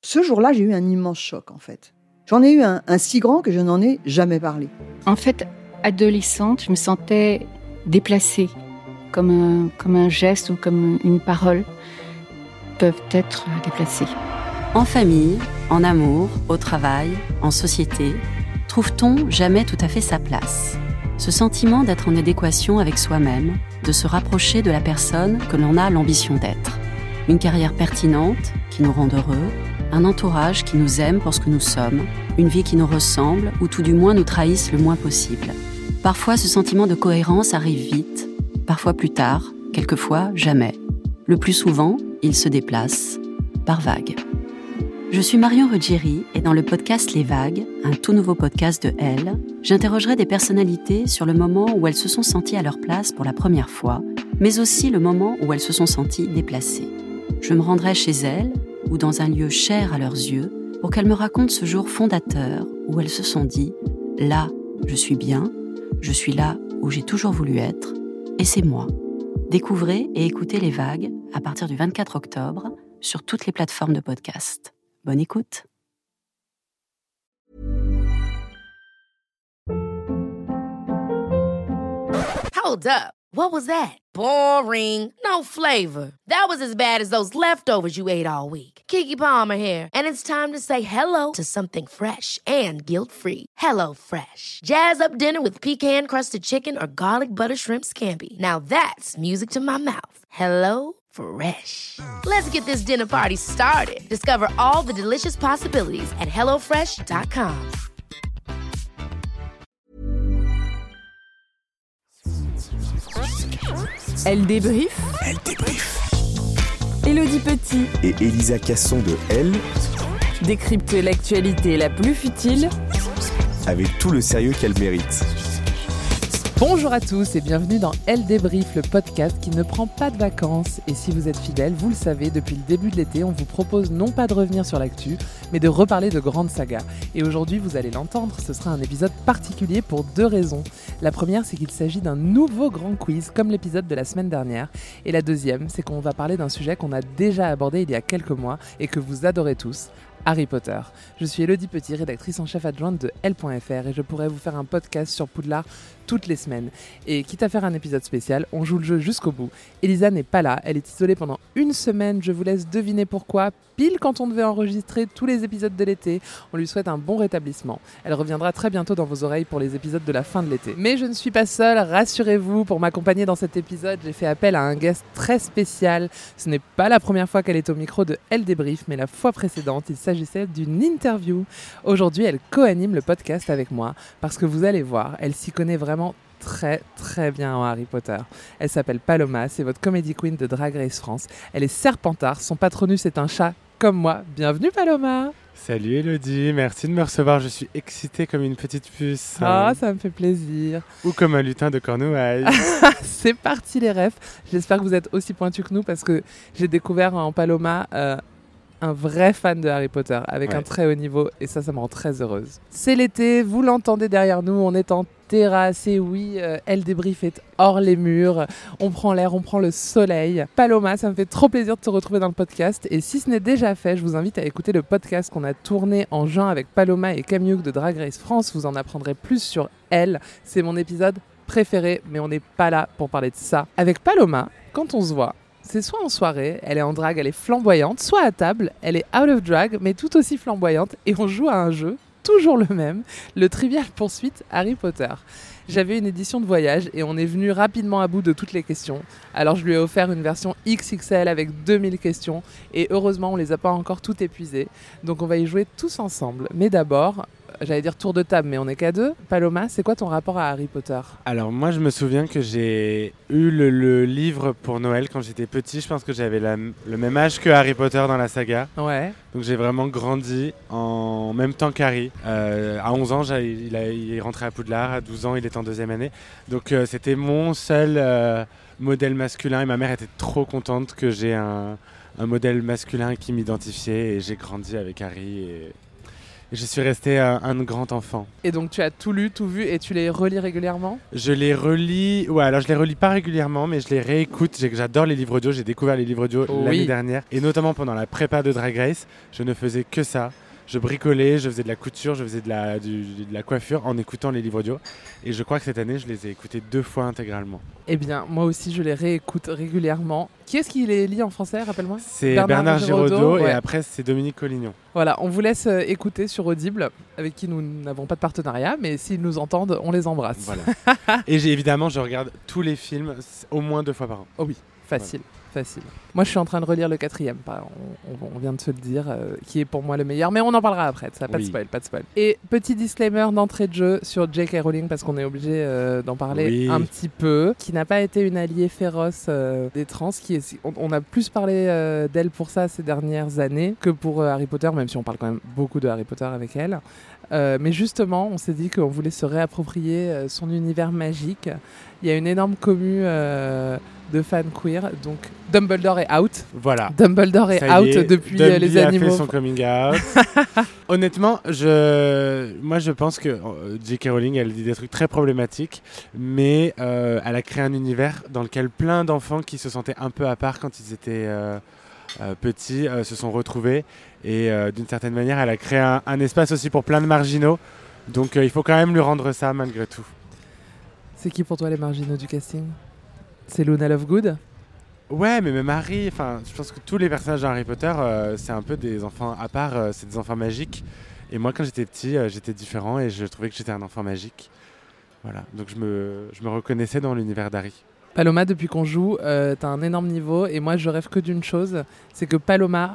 Ce jour-là, j'ai eu un immense choc, en fait. J'en ai eu un si grand que je n'en ai jamais parlé. En fait, adolescente, je me sentais déplacée, comme un geste ou comme une parole peuvent être déplacées. En famille, en amour, au travail, en société, trouve-t-on jamais tout à fait sa place ? Ce sentiment d'être en adéquation avec soi-même, de se rapprocher de la personne que l'on a l'ambition d'être. Une carrière pertinente qui nous rend heureux, un entourage qui nous aime pour ce que nous sommes, une vie qui nous ressemble ou tout du moins nous trahisse le moins possible. Parfois, ce sentiment de cohérence arrive vite, parfois plus tard, quelquefois jamais. Le plus souvent, il se déplace par vagues. Je suis Marion Ruggieri et dans le podcast Les Vagues, un tout nouveau podcast de Elle, j'interrogerai des personnalités sur le moment où elles se sont senties à leur place pour la première fois, mais aussi le moment où elles se sont senties déplacées. Je me rendrai chez elles ou dans un lieu cher à leurs yeux pour qu'elles me racontent ce jour fondateur où elles se sont dit « Là, je suis bien, je suis là où j'ai toujours voulu être, et c'est moi ». Découvrez et écoutez Les Vagues à partir du 24 octobre sur toutes les plateformes de podcast. Bonne écoute. Hold up. What was that? Boring. No flavor. That was as bad as those leftovers you ate all week. Keke Palmer here, and it's time to say hello to something fresh and guilt-free. Hello Fresh. Jazz up dinner with pecan-crusted chicken or garlic butter shrimp scampi. Now that's music to my mouth. Hello Fresh. Let's get this dinner party started. Discover all the delicious possibilities at hellofresh.com. Elle débrief. Élodie Petit et Elisa Casson de Elle décrypte l'actualité la plus futile avec tout le sérieux qu'elle mérite. Bonjour à tous et bienvenue dans Elle débrief, le podcast qui ne prend pas de vacances. Et si vous êtes fidèles, vous le savez, depuis le début de l'été, on vous propose non pas de revenir sur l'actu, mais de reparler de grandes sagas. Et aujourd'hui, vous allez l'entendre, ce sera un épisode particulier pour deux raisons. La première, c'est qu'il s'agit d'un nouveau grand quiz, comme l'épisode de la semaine dernière. Et la deuxième, c'est qu'on va parler d'un sujet qu'on a déjà abordé il y a quelques mois et que vous adorez tous, Harry Potter. Je suis Élodie Petit, rédactrice en chef adjointe de Elle.fr et je pourrais vous faire un podcast sur Poudlard toutes les semaines. Et quitte à faire un épisode spécial, on joue le jeu jusqu'au bout. Elisa n'est pas là, elle est isolée pendant une semaine, je vous laisse deviner pourquoi. Pile quand on devait enregistrer tous les épisodes de l'été, on lui souhaite un bon rétablissement. Elle reviendra très bientôt dans vos oreilles pour les épisodes de la fin de l'été. Mais je ne suis pas seule, rassurez-vous, pour m'accompagner dans cet épisode, j'ai fait appel à un guest très spécial. Ce n'est pas la première fois qu'elle est au micro de Elle débrief, mais la fois précédente, il s'agissait d'une interview. Aujourd'hui, elle co-anime le podcast avec moi, parce que vous allez voir, elle s'y connaît vraiment très très bien en Harry Potter. Elle s'appelle Paloma, c'est votre comedy queen de Drag Race France. Elle est Serpentard, son patronus est un chat comme moi. Bienvenue Paloma. Salut Élodie, merci de me recevoir, je suis excitée comme une petite puce. Ah, ça me fait plaisir. Ou comme un lutin de Cornouailles. C'est parti les refs. J'espère que vous êtes aussi pointus que nous parce que j'ai découvert en Paloma un vrai fan de Harry Potter avec un très haut niveau et ça me rend très heureuse. C'est l'été, vous l'entendez derrière nous, on est en terrasse et oui, Elle débrief est hors les murs, on prend l'air, on prend le soleil. Paloma, ça me fait trop plaisir de te retrouver dans le podcast et si ce n'est déjà fait, je vous invite à écouter le podcast qu'on a tourné en juin avec Paloma et Cam Hughes de Drag Race France, vous en apprendrez plus sur elle, c'est mon épisode préféré mais on n'est pas là pour parler de ça. Avec Paloma, quand on se voit, c'est soit en soirée, elle est en drague, elle est flamboyante, soit à table, elle est out of drag, mais tout aussi flamboyante, et on joue à un jeu, toujours le même, le Trivial Poursuite Harry Potter. J'avais une édition de voyage et on est venu rapidement à bout de toutes les questions. Alors je lui ai offert une version XXL avec 2000 questions, et heureusement on les a pas encore toutes épuisées, donc on va y jouer tous ensemble. Mais d'abord, j'allais dire tour de table, mais on n'est qu'à deux. Paloma, c'est quoi ton rapport à Harry Potter ? Alors moi je me souviens que j'ai eu le livre pour Noël quand j'étais petit, je pense que j'avais le même âge que Harry Potter dans la saga. Ouais. Donc j'ai vraiment grandi en même temps qu'Harry. À 11 ans, il est rentré à Poudlard, à 12 ans il était en deuxième année. Donc c'était mon seul modèle masculin et ma mère était trop contente que j'ai un modèle masculin qui m'identifiait et j'ai grandi avec Harry Et je suis resté un grand enfant. Et donc tu as tout lu, tout vu et tu les relis régulièrement ? Je les relis, alors je les relis pas régulièrement, mais je les réécoute. J'adore les livres audio, j'ai découvert les livres audio l'année dernière. Et notamment pendant la prépa de Drag Race, je ne faisais que ça. Je bricolais, je faisais de la couture, je faisais de la coiffure en écoutant les livres audio. Et je crois que cette année, je les ai écoutés 2 fois intégralement. Eh bien, moi aussi, je les réécoute régulièrement. Qui est-ce qui les lit en français, rappelle-moi ? C'est Bernard Giraudot ouais. Et après, c'est Dominique Collignon. Voilà, on vous laisse écouter sur Audible, avec qui nous n'avons pas de partenariat, mais s'ils nous entendent, on les embrasse. Voilà. Et évidemment, je regarde tous les films au moins 2 fois par an. Oh oui, facile. Facile. Moi, je suis en train de relire le 4e. On vient de se le dire, qui est pour moi le meilleur. Mais on en parlera après. Ça, pas de spoil. Et petit disclaimer d'entrée de jeu sur J.K. Rowling, parce qu'on est obligé d'en parler un petit peu, qui n'a pas été une alliée féroce des trans. On a plus parlé d'elle pour ça ces dernières années que pour Harry Potter, même si on parle quand même beaucoup de Harry Potter avec elle. Mais justement, on s'est dit qu'on voulait se réapproprier son univers magique. Il y a une énorme commu de fans queer, donc Dumbledore est out. Voilà. Dumbledore est out depuis les animaux. A fait son coming out. Honnêtement, moi je pense que J.K. Rowling, elle dit des trucs très problématiques, mais elle a créé un univers dans lequel plein d'enfants qui se sentaient un peu à part quand ils étaient petits se sont retrouvés. Et d'une certaine manière, elle a créé un espace aussi pour plein de marginaux. Donc il faut quand même lui rendre ça malgré tout. C'est qui pour toi les marginaux du casting ? C'est Luna Lovegood ? Ouais, mais même Harry, je pense que tous les personnages d'Harry Potter, c'est un peu des enfants à part, c'est des enfants magiques. Et moi, quand j'étais petit, j'étais différent et je trouvais que j'étais un enfant magique. Voilà, donc je me reconnaissais dans l'univers d'Harry. Paloma, depuis qu'on joue, t'as un énorme niveau et moi, je rêve que d'une chose, c'est que Paloma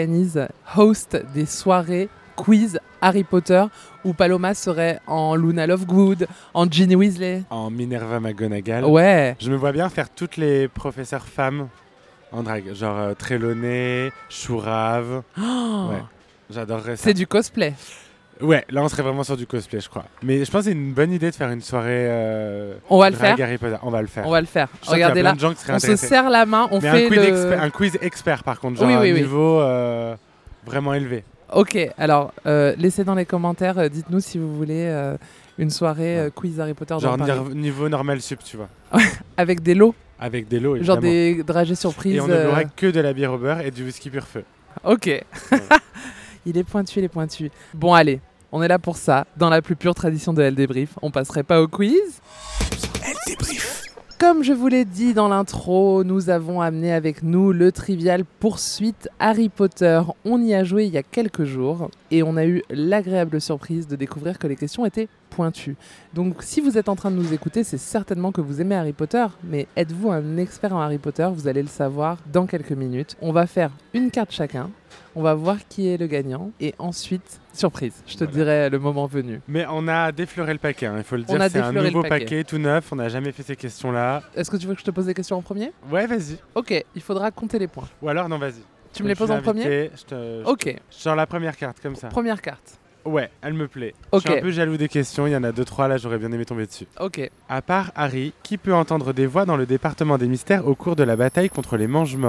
host des soirées quiz Harry Potter où Paloma serait en Luna Lovegood, en Ginny Weasley, en Minerva McGonagall. Ouais. Je me vois bien faire toutes les professeurs femmes en drague, genre Trelawney, Chourave. Oh ouais, j'adorerais ça. C'est du cosplay. Ouais, là on serait vraiment sur du cosplay, je crois. Mais je pense que c'est une bonne idée de faire une soirée on va le faire. Harry Potter. On va le faire. Regardez là, on se serre la main, on fait un quiz expert par contre, genre un niveau vraiment élevé. Ok, alors laissez dans les commentaires, dites-nous si vous voulez une soirée quiz Harry Potter. Genre niveau normal sup, tu vois. Avec des lots. Avec des lots, évidemment. Genre des dragées surprises. Et on ne boira que de la bière au beurre et du whisky pur feu. Ok. Ouais. Il est pointu. Bon allez, on est là pour ça, dans la plus pure tradition de Elle Débrief. On passerait pas au quiz ? Elle Débrief. Comme je vous l'ai dit dans l'intro, nous avons amené avec nous le trivial poursuite Harry Potter. On y a joué il y a quelques jours et on a eu l'agréable surprise de découvrir que les questions étaient pointues. Donc si vous êtes en train de nous écouter, c'est certainement que vous aimez Harry Potter, mais êtes-vous un expert en Harry Potter ? Vous allez le savoir dans quelques minutes. On va faire une carte chacun, on va voir qui est le gagnant et ensuite... Surprise, je te dirai le moment venu. Mais on a défloré le paquet, il faut le dire, c'est un nouveau paquet tout neuf, on n'a jamais fait ces questions-là. Est-ce que tu veux que je te pose des questions en premier ? Ouais, vas-y. Ok, il faudra compter les points. Ou alors, non, vas-y. Tu me les poses en premier ? Ok. Genre la première carte, comme ça. Première carte. Ouais, elle me plaît. Okay. Je suis un peu jaloux des questions, il y en a 2-3 là, j'aurais bien aimé tomber dessus. Ok. À part Harry, qui peut entendre des voix dans le département des mystères au cours de la bataille contre les Mange-Morts ?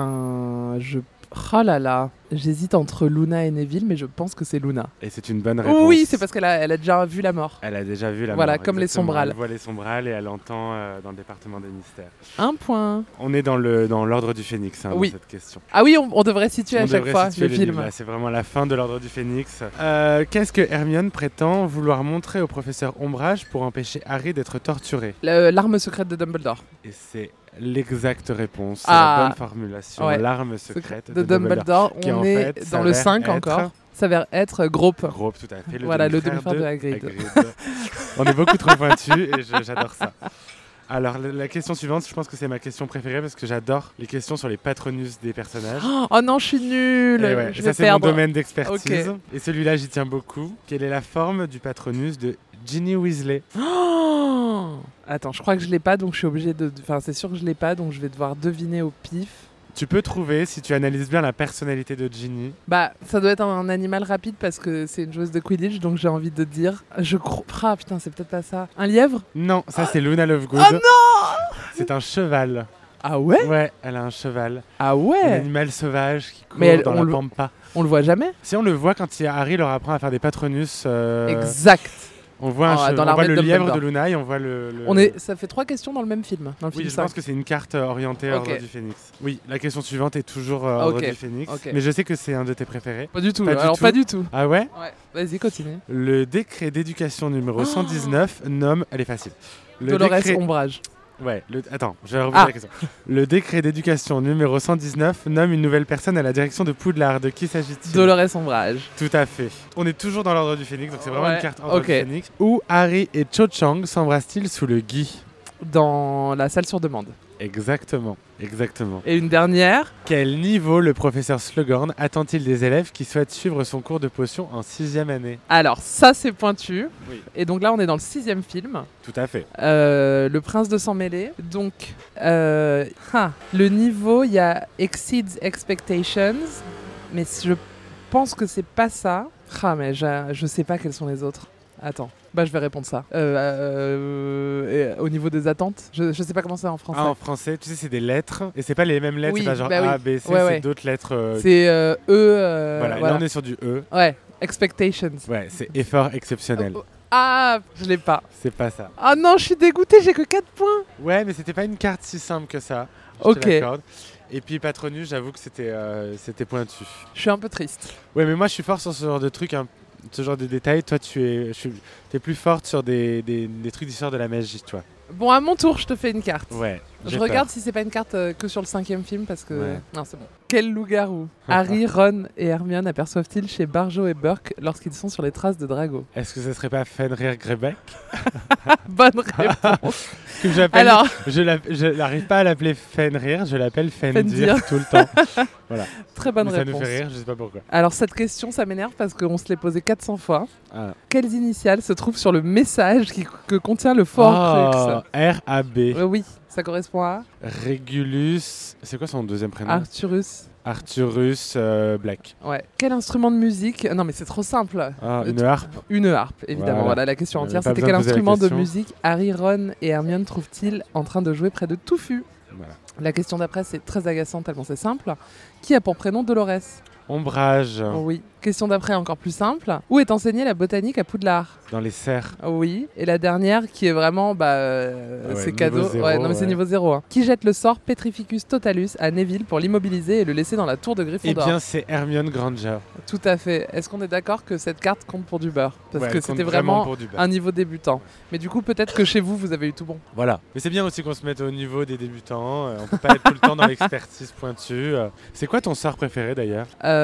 Oh là là, j'hésite entre Luna et Neville, mais je pense que c'est Luna. Et c'est une bonne réponse. Oui, c'est parce qu'elle a déjà vu la mort. Elle a déjà vu la mort. Voilà, comme exactement. les Sombrales. Elle voit les Sombrales et elle entend dans le département des mystères. Un point. On est dans l'ordre du Phénix dans cette question. Ah oui, on devrait situer à chaque fois le film. C'est vraiment la fin de l'ordre du Phénix. Qu'est-ce que Hermione prétend vouloir montrer au professeur Ombrage pour empêcher Harry d'être torturé ? L'arme secrète de Dumbledore. Et c'est l'exacte réponse, c'est la bonne formulation. Ouais. L'arme secrète de Dumbledore. On est dans le 5 encore. Ça va être Grope. Grope, tout à fait. Le demi-frère de Hagrid. On est beaucoup trop pointus et j'adore ça. Alors, la question suivante, je pense que c'est ma question préférée parce que j'adore les questions sur les patronus des personnages. Oh non, je suis nulle. Ouais, ça, c'est mon domaine d'expertise. Okay. Et celui-là, j'y tiens beaucoup. Quelle est la forme du patronus de Ginny Weasley ? Attends, je crois que je l'ai pas, donc je suis obligée de... Enfin, c'est sûr que je l'ai pas, donc je vais devoir deviner au pif. Tu peux trouver si tu analyses bien la personnalité de Ginny. Bah, ça doit être un animal rapide parce que c'est une joueuse de Quidditch, donc j'ai envie de dire... Ah putain, c'est peut-être pas ça. Un lièvre ? Non, ça c'est Luna Lovegood. Oh non ! C'est un cheval. Ah ouais? Ouais, elle a un cheval. Ah Un ouais? animal sauvage qui court Mais dans la pampa. On le voit jamais? Si on le voit quand Harry leur apprend à faire des patronus. Exact. On voit, Dans on l'armée voit de le lièvre Dumbledore. de Luna et on voit le... Ça fait 3 questions dans le même film. Dans le Oui, film je 5. pense que c'est une carte orientée Ordre du Phénix. Oui, la question suivante est toujours Ordre du Phénix. Ok. Mais je sais que c'est un de tes préférés. Pas du tout. Pas Pas du tout. Ah ouais? Ouais. Vas-y, continue. Le décret d'éducation numéro 119 nomme... Elle est facile. Dolores Ombrage. Ouais, attends, je vais reposer la question. Le décret d'éducation numéro 119 nomme une nouvelle personne à la direction de Poudlard. De qui s'agit-il? Dolores Ombrage. Tout à fait. On est toujours dans l'Ordre du Phénix, donc c'est vraiment une carte Ordre du Ok. Phénix. Où Harry et Cho Chang s'embrassent-ils sous le gui? Dans la salle sur demande. Exactement, exactement. Et une dernière. Quel niveau le professeur Slughorn attend-il des élèves qui souhaitent suivre son cours de potion en 6e année? Alors, ça, c'est pointu. Oui. Et donc là, on est dans le 6e film. Tout à fait. Le prince de sang mêlé. Donc, le niveau, il y a Exceeds Expectations. Mais je pense que c'est pas ça. Mais je sais pas quels sont les autres. Attends. Je vais répondre ça. Au niveau des attentes, je sais pas comment c'est en français. Ah, en français, tu sais, c'est des lettres. Et c'est pas les mêmes lettres, Oui, c'est pas genre bah oui. A, B, C, Ouais, c'est ouais. d'autres lettres. C'est E. Voilà, là on est sur du E. Ouais, Expectations. Ouais, c'est effort exceptionnel. Ah, je l'ai pas. C'est pas ça. Ah non, je suis dégoûtée, j'ai que 4 points. Ouais, mais c'était pas une carte si simple que ça. Je Ok. te l'accorde. Et puis Patronus, j'avoue que c'était pointu. Je suis un peu triste. Ouais, mais moi je suis fort sur ce genre de trucs, ce genre de détails. Toi, t'es plus forte sur des trucs d'histoire de la magie, toi. Bon, à mon tour, je te fais une carte. Ouais. Je regarde si c'est pas une carte que sur le 5e film parce que... Ouais. Non, c'est bon. Quel loup-garou Harry, Ron et Hermione aperçoivent-ils chez Barjo et Burke lorsqu'ils sont sur les traces de Drago? Est-ce que ce serait pas Fenrir Greyback? Bonne réponse. Que j'appelle. Alors... Je n'arrive pas à l'appeler Fenrir, je l'appelle Fendir Fendir. tout le temps. Voilà. Très bonne Mais ça réponse. nous fait rire, je sais pas pourquoi. Alors cette question, ça m'énerve parce qu'on se l'est posée 400 fois. Ah. Quelles initiales se trouvent sur le message que contient le Horcrux? R-A-B. Oui, ça correspond à Régulus. C'est quoi son deuxième prénom? Arcturus. Arcturus Black. Ouais. Quel instrument de musique? Non mais c'est trop simple. Ah, une harpe. Une harpe, évidemment. Voilà la question entière. Pas C'était besoin quel de poser la instrument de question. musique Harry, Ron et Hermione trouvent-ils en train de jouer près de Touffu? Voilà. La question d'après, c'est très agaçant tellement c'est simple. Qui a pour prénom Dolores? Ombrage. Oui. Question d'après, encore plus simple. Où est enseignée la botanique à Poudlard? Dans les serres. Oui. Et la dernière, qui est vraiment, c'est niveau cadeau. zéro, Ouais, non mais c'est ouais. niveau 0. Hein. Qui jette le sort Petrificus Totalus à Neville pour l'immobiliser et le laisser dans la tour de Eh Gryffondor? bien, c'est Hermione Granger. Tout à fait. Est-ce qu'on est d'accord que cette carte compte pour du beurre? Parce Ouais, que elle compte c'était vraiment pour du beurre. un niveau débutant. Mais du coup, peut-être que chez vous, vous avez eu tout bon. Voilà. Mais c'est bien aussi qu'on se mette au niveau des débutants. On peut pas être tout le temps dans l'expertise pointue. C'est quoi ton sort préféré d'ailleurs?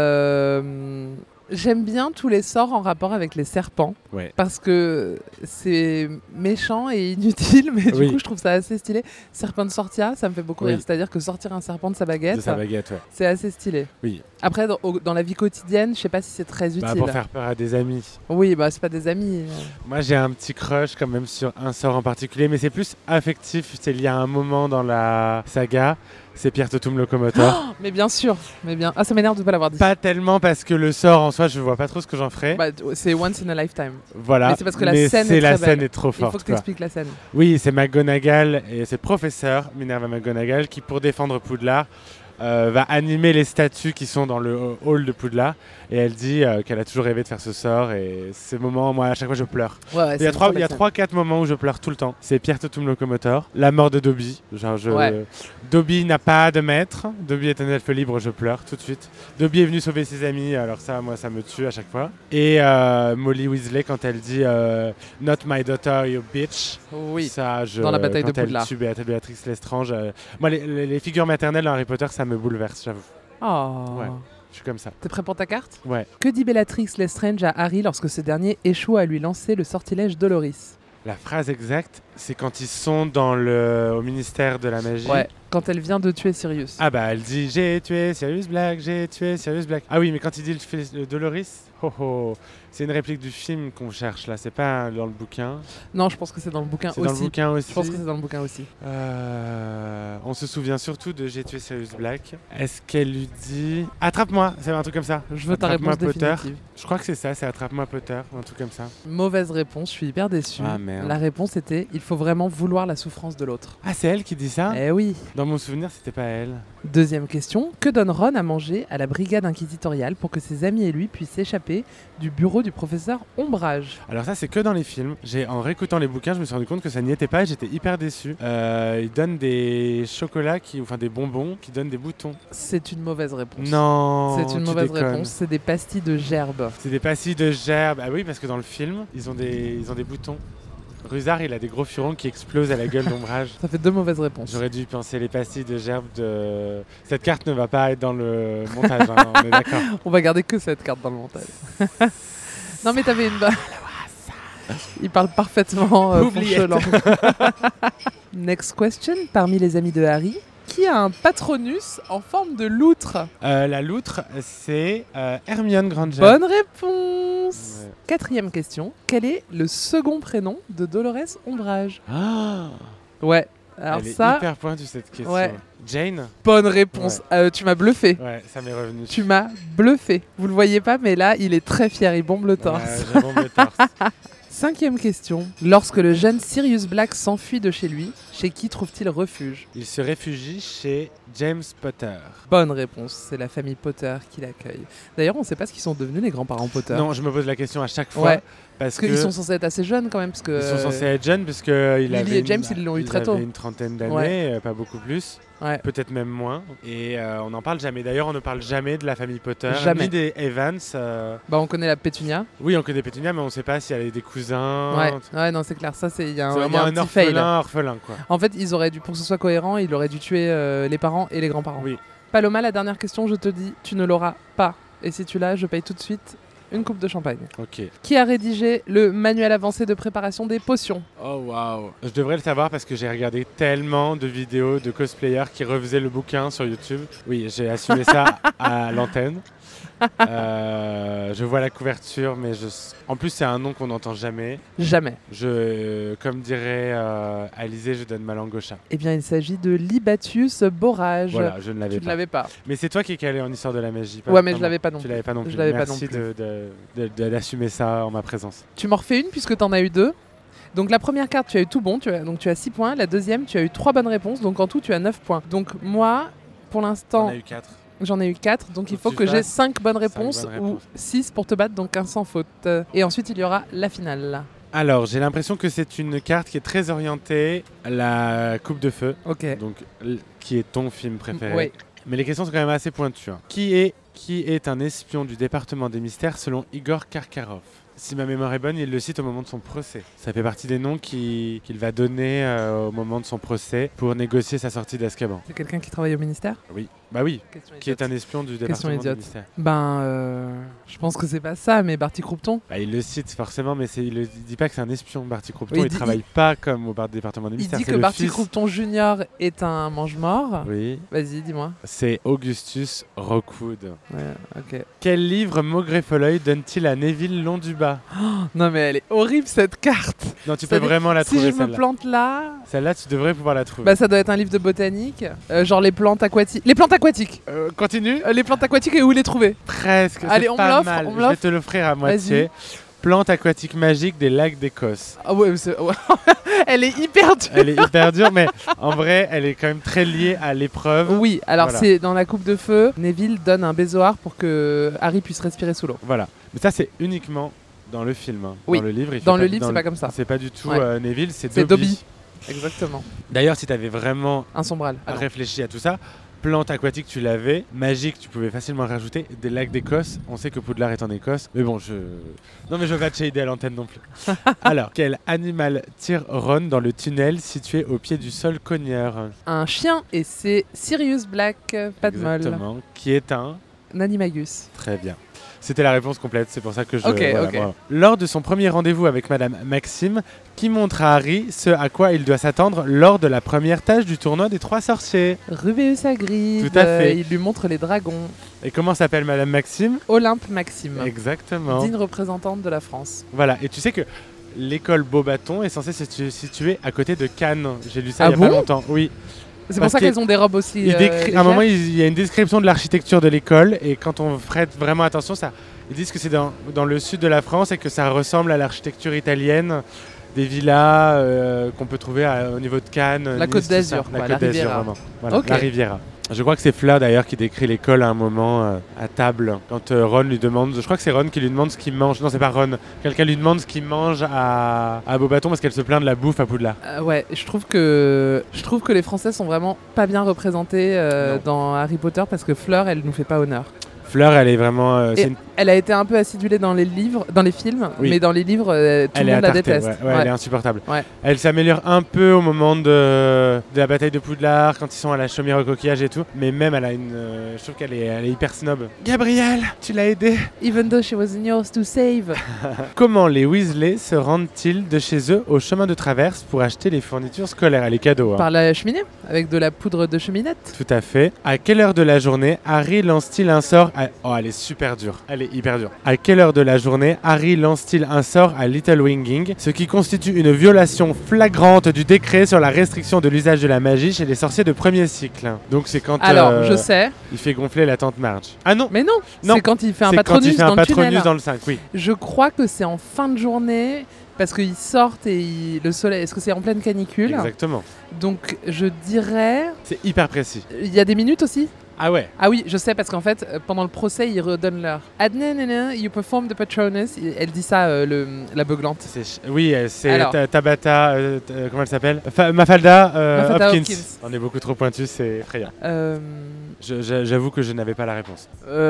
J'aime bien tous les sorts en rapport avec les serpents. Ouais. Parce que c'est méchant et inutile, mais Oui. du coup, je trouve ça assez stylé. Serpent de sortia, ça me fait beaucoup Oui. rire. C'est-à-dire que sortir un serpent de sa baguette, De sa baguette, ouais. c'est assez stylé. Oui. Après, dans la vie quotidienne, je sais pas si c'est très utile. Bah, pour faire peur à des amis. Oui, bah c'est pas des amis. Moi, j'ai un petit crush quand même sur un sort en particulier, mais c'est plus affectif. C'est lié à un moment dans la saga. C'est Pierre Totum Locomotor. Mais bien sûr, mais bien. Ah, ça m'énerve de pas l'avoir dit. Pas tellement parce que le sort en soi, je vois pas trop ce que j'en ferai. Bah, c'est once in a lifetime. Voilà. Mais c'est parce que la Mais scène c'est est la très belle. scène est trop Il forte. faut que tu quoi. expliques la scène. Oui, c'est McGonagall et c'est professeur Minerva McGonagall qui, pour défendre Poudlard, va animer les statues qui sont dans le hall de Poudlard. Et elle dit qu'elle a toujours rêvé de faire ce sort. Et ces moments, moi, à chaque fois, je pleure. Ouais, Il y a 3-4 moments où je pleure tout le temps. C'est Pierre Totum Locomotor, la mort de Dobby. Dobby n'a pas de maître. Dobby est un elfe libre, je pleure tout de suite. Dobby est venu sauver ses amis, alors ça, moi, ça me tue à chaque fois. Et Molly Weasley, quand elle dit Not my daughter, you bitch. Oui. Ça, Dans la bataille de quand elle Poudlard. tue Béatrix Lestrange. Moi, les figures maternelles dans Harry Potter, ça me bouleverse, j'avoue. Oh. Ouais. Je suis comme ça. T'es prêt pour ta carte? Ouais. Que dit Bellatrix Lestrange à Harry lorsque ce dernier échoue à lui lancer le sortilège Doloris? La phrase exacte, c'est quand ils sont au ministère de la magie. Ouais, quand elle vient de tuer Sirius. Ah bah elle dit j'ai tué Sirius Black, j'ai tué Sirius Black. Ah oui, mais quand il dit le Doloris, c'est une réplique du film qu'on cherche là, c'est pas dans le bouquin. Non, je pense que c'est dans le bouquin C'est aussi. dans le bouquin aussi. Je pense que c'est dans le bouquin aussi. On se souvient surtout de j'ai tué Sirius Black. Est-ce qu'elle lui dit attrape-moi, c'est un truc comme ça. Je veux ta Attrape-moi, réponse Potter. définitive. Je crois que c'est ça, c'est attrape-moi Potter, un truc comme ça. Mauvaise réponse, je suis hyper déçu. Ah, merde. La réponse était il faut vraiment vouloir la souffrance de l'autre. Ah, c'est elle qui dit ça ? Eh oui. Dans mon souvenir, c'était pas elle. Deuxième question. Que donne Ron à manger à la brigade inquisitoriale pour que ses amis et lui puissent s'échapper du bureau du professeur Ombrage ? Alors ça, c'est que dans les films. En réécoutant les bouquins, je me suis rendu compte que ça n'y était pas et j'étais hyper déçu. Ils donnent des chocolats, des bonbons qui donnent des boutons. C'est une mauvaise réponse. Non, c'est une tu mauvaise déconnes. réponse. C'est des pastilles de gerbes. C'est des pastilles de gerbes. Ah oui, parce que dans le film, ils ont des boutons. Rusard, il a des gros furons qui explosent à la gueule d'Ombrage. Ça fait 2 mauvaises réponses. J'aurais dû penser les pastilles de gerbes de... Cette carte ne va pas être dans le montage, hein, on est d'accord. On va garder que cette carte dans le montage. Non mais t'avais une... Il parle parfaitement fourchelant. Next question. Parmi les amis de Harry, qui a un patronus en forme de loutre ? La loutre, c'est Hermione Granger. Bonne réponse. Ouais. 4e question. Quel est le second prénom de Dolores Ombrage ? Ah, Ouais. Alors elle est ça, hyper pointue cette question. Ouais. Jane ? bonne réponse. Tu m'as bluffé. Ouais, ça m'est revenu. Tu m'as bluffé. Vous le voyez pas, mais là, il est très fier. Il bombe le torse. Ouais, je bombe le torse. 5e question. Lorsque le jeune Sirius Black s'enfuit de chez lui, chez qui trouve-t-il refuge ? Il se réfugie chez James Potter. Bonne réponse. C'est la famille Potter qui l'accueille. D'ailleurs, on ne sait pas ce qu'ils sont devenus, les grands-parents Potter. Non, je me pose la question à chaque fois. Ouais. Parce Parce qu'ils sont censés être assez jeunes quand même. Parce que Ils sont censés être jeunes parce que Lily et James, ils l'ont eu très tôt. Ils avaient une trentaine d'années, Ouais. pas beaucoup plus, Ouais. peut-être même moins. Et on n'en parle jamais. D'ailleurs, on ne parle jamais de la famille Potter, Jamais. ni des Evans. Bah, on connaît la Pétunia. Oui, on connaît Pétunia, mais on ne sait pas si elle a des cousins. Ouais, non, c'est clair. Ça, il y a C'est un, vraiment un petit fail. orphelin, quoi. En fait, ils auraient dû, pour que ce soit cohérent, il aurait dû tuer les parents et les grands-parents. Oui. Paloma, la dernière question, je te dis, tu ne l'auras pas. Et si tu l'as, je paye tout de suite une coupe de champagne. Ok. Qui a rédigé le manuel avancé de préparation des potions ? Oh waouh. Je devrais le savoir parce que j'ai regardé tellement de vidéos de cosplayers qui refaisaient le bouquin sur YouTube. Oui, j'ai assumé ça à l'antenne. Je vois la couverture, mais en plus c'est un nom qu'on n'entend jamais. Jamais. Comme dirait Alizé, je donne ma langue au chat. Eh bien, il s'agit de Libatius Borage. Voilà, je ne l'avais Tu ne pas. l'avais pas. Mais c'est toi qui es calé en histoire de la magie. Ouais, mais je l'avais pas non Tu plus. l'avais pas non plus. Je l'avais pas Merci non plus. d'assumer ça en ma présence. Tu m'en refais une puisque tu en as eu 2. Donc la première carte, tu as eu tout bon, tu as 6 points. La deuxième, tu as eu 3 bonnes réponses, donc en tout, tu as 9 points. Donc moi, pour l'instant, On a eu 4. j'en ai eu 4, donc il Faut faut que tu que j'ai fasses 5 bonnes réponses bonnes ou réponses. 6 pour te battre, donc un sans faute. Et ensuite, il y aura la finale. Alors, j'ai l'impression que c'est une carte qui est très orientée à la Coupe de Feu, Ok. donc qui est ton film préféré. Oui. Mais les questions sont quand même assez pointues. Hein. Qui est un espion du département des mystères selon Igor Karkarov ? Si ma mémoire est bonne, il le cite au moment de son procès. Ça fait partie des noms qu'il va donner au moment de son procès pour négocier sa sortie d'Azkaban. C'est quelqu'un qui travaille au ministère ? Oui. Bah oui. Question Qui est un espion du département des idiote. mystères. Je pense que c'est pas ça, mais Barty Croupton. Bah, il le cite forcément, mais il ne dit pas que c'est un espion, Barty Croupton. Oui, il travaille pas comme au département des Il mystères. dit c'est que le Barty fils. Croupton Junior est un mange-mort. Oui. Vas-y, dis-moi. C'est Augustus Rockwood. Ouais, ok. Quel livre Maugrey Folleuil donne-t-il à Neville Londubat ? Non mais elle est horrible cette carte. Non, tu Ça peux dit- vraiment la Si trouver, je me celle-là. plante là, Celle-là, tu devrais pouvoir la trouver. bah ça doit être un livre de botanique, genre les plantes aquatiques. Les plantes aquatiques. Continue. Les plantes aquatiques et où les trouver. Presque. Allez, c'est on me pas l'offre, mal. on me Je vais l'offre. te l'offrir à moitié. Plante aquatique magique des lacs d'Écosse. Ah ouais, elle est hyper dure. Elle est hyper dure, mais en vrai, elle est quand même très liée à l'épreuve. Oui, alors Voilà. c'est dans la coupe de feu, Neville donne un bézoard pour que Harry puisse respirer sous l'eau. Voilà. Mais ça, c'est uniquement dans le film. Hein. Oui. Dans le livre, Dans le livre, c'est pas comme ça. C'est pas du tout Ouais. Neville, c'est C'est Dobby. Dobby. Exactement. D'ailleurs, si tu avais vraiment Un sombral. Ah non. réfléchi à tout ça, plante aquatique, tu l'avais. Magique, tu pouvais facilement rajouter. Des lacs d'Écosse. On sait que Poudlard est en Écosse. Mais bon, non, mais je veux pas te shader à l'antenne non plus. Alors, quel animal tire Ron dans le tunnel situé au pied du sol cogneur ? Un chien et c'est Sirius Black, pas de molle. Exactement. Qui est un... Nanimagus. Très bien. C'était la réponse complète, c'est pour ça que je... Ok, voilà, ok. bravo. Lors de son premier rendez-vous avec Madame Maxime, qui montre à Harry ce à quoi il doit s'attendre lors de la première tâche du tournoi des 3 sorciers. Rubeus Hagrid. Tout à fait. Il lui montre les dragons. Et comment s'appelle Madame Maxime ? Olympe Maxime. Exactement. Digne représentante de la France. Voilà, et tu sais que l'école Beaubaton est censée se situer à côté de Cannes. J'ai lu ça Ah il y a pas bon longtemps. Oui. C'est Parce pour ça que qu'elles ont des robes aussi. À un moment, il y a une description de l'architecture de l'école, et quand on prête vraiment attention, ils disent que c'est dans le sud de la France et que ça ressemble à l'architecture italienne. des villas qu'on peut trouver au niveau de Cannes. La Nice, Côte tout d'Azur, ça. quoi, La la Côte d'Azur, Riviera. vraiment. Voilà, Ok. la Riviera. Je crois que c'est Fleur d'ailleurs qui décrit l'école à un moment à table quand Ron lui demande, je crois que c'est Ron qui lui demande ce qu'il mange, non c'est pas Ron, quelqu'un lui demande ce qu'il mange à Beauxbatons parce qu'elle se plaint de la bouffe à Poudlard. Ouais, je trouve que les Français sont vraiment pas bien représentés Non. dans Harry Potter parce que Fleur, elle nous fait pas honneur. Fleur elle est vraiment... Et elle a été un peu acidulée dans les films, Oui. mais dans les livres, tout elle le est monde la attartée, déteste. ouais, elle est insupportable. Ouais. Elle s'améliore un peu au moment de la bataille de Poudlard, quand ils sont à la chaumière au coquillage et tout, mais même elle a je trouve qu'elle est hyper snob. Gabrielle, tu l'as aidée. Even though she wasn't yours to save. Comment les Weasley se rendent-ils de chez eux au chemin de traverse pour acheter les fournitures scolaires et les cadeaux hein. Par la cheminée, avec de la poudre de cheminette. Tout à fait. À quelle heure de la journée Harry lance-t-il un sort à... Oh, elle est super dure. Elle est hyper dure. À quelle heure de la journée Harry lance-t-il un sort à Little Winging, ce qui constitue une violation flagrante du décret sur la restriction de l'usage de la magie chez les sorciers de premier cycle. Donc c'est quand Alors, je sais, il fait gonfler la tante Marge. Ah non, mais non, Non. c'est quand il fait un c'est quand patronus il fait un dans le patronus tunnel. dans le 5, oui. Je crois que c'est en fin de journée, parce qu'ils sortent et le soleil... Est-ce que c'est en pleine canicule? Exactement. Donc, je dirais... C'est hyper précis. Il y a des minutes aussi? Ah ouais. Ah oui, je sais, parce qu'en fait, pendant le procès, ils redonnent l'heure. Adnanana, you perform the Patronus. Elle dit ça, la beuglante. Oui, c'est Alors. Tabata, comment elle s'appelle Mafalda, Mafalda Hopkins. Hopkins. On est beaucoup trop pointus, c'est effrayant. J'avoue que je n'avais pas la réponse.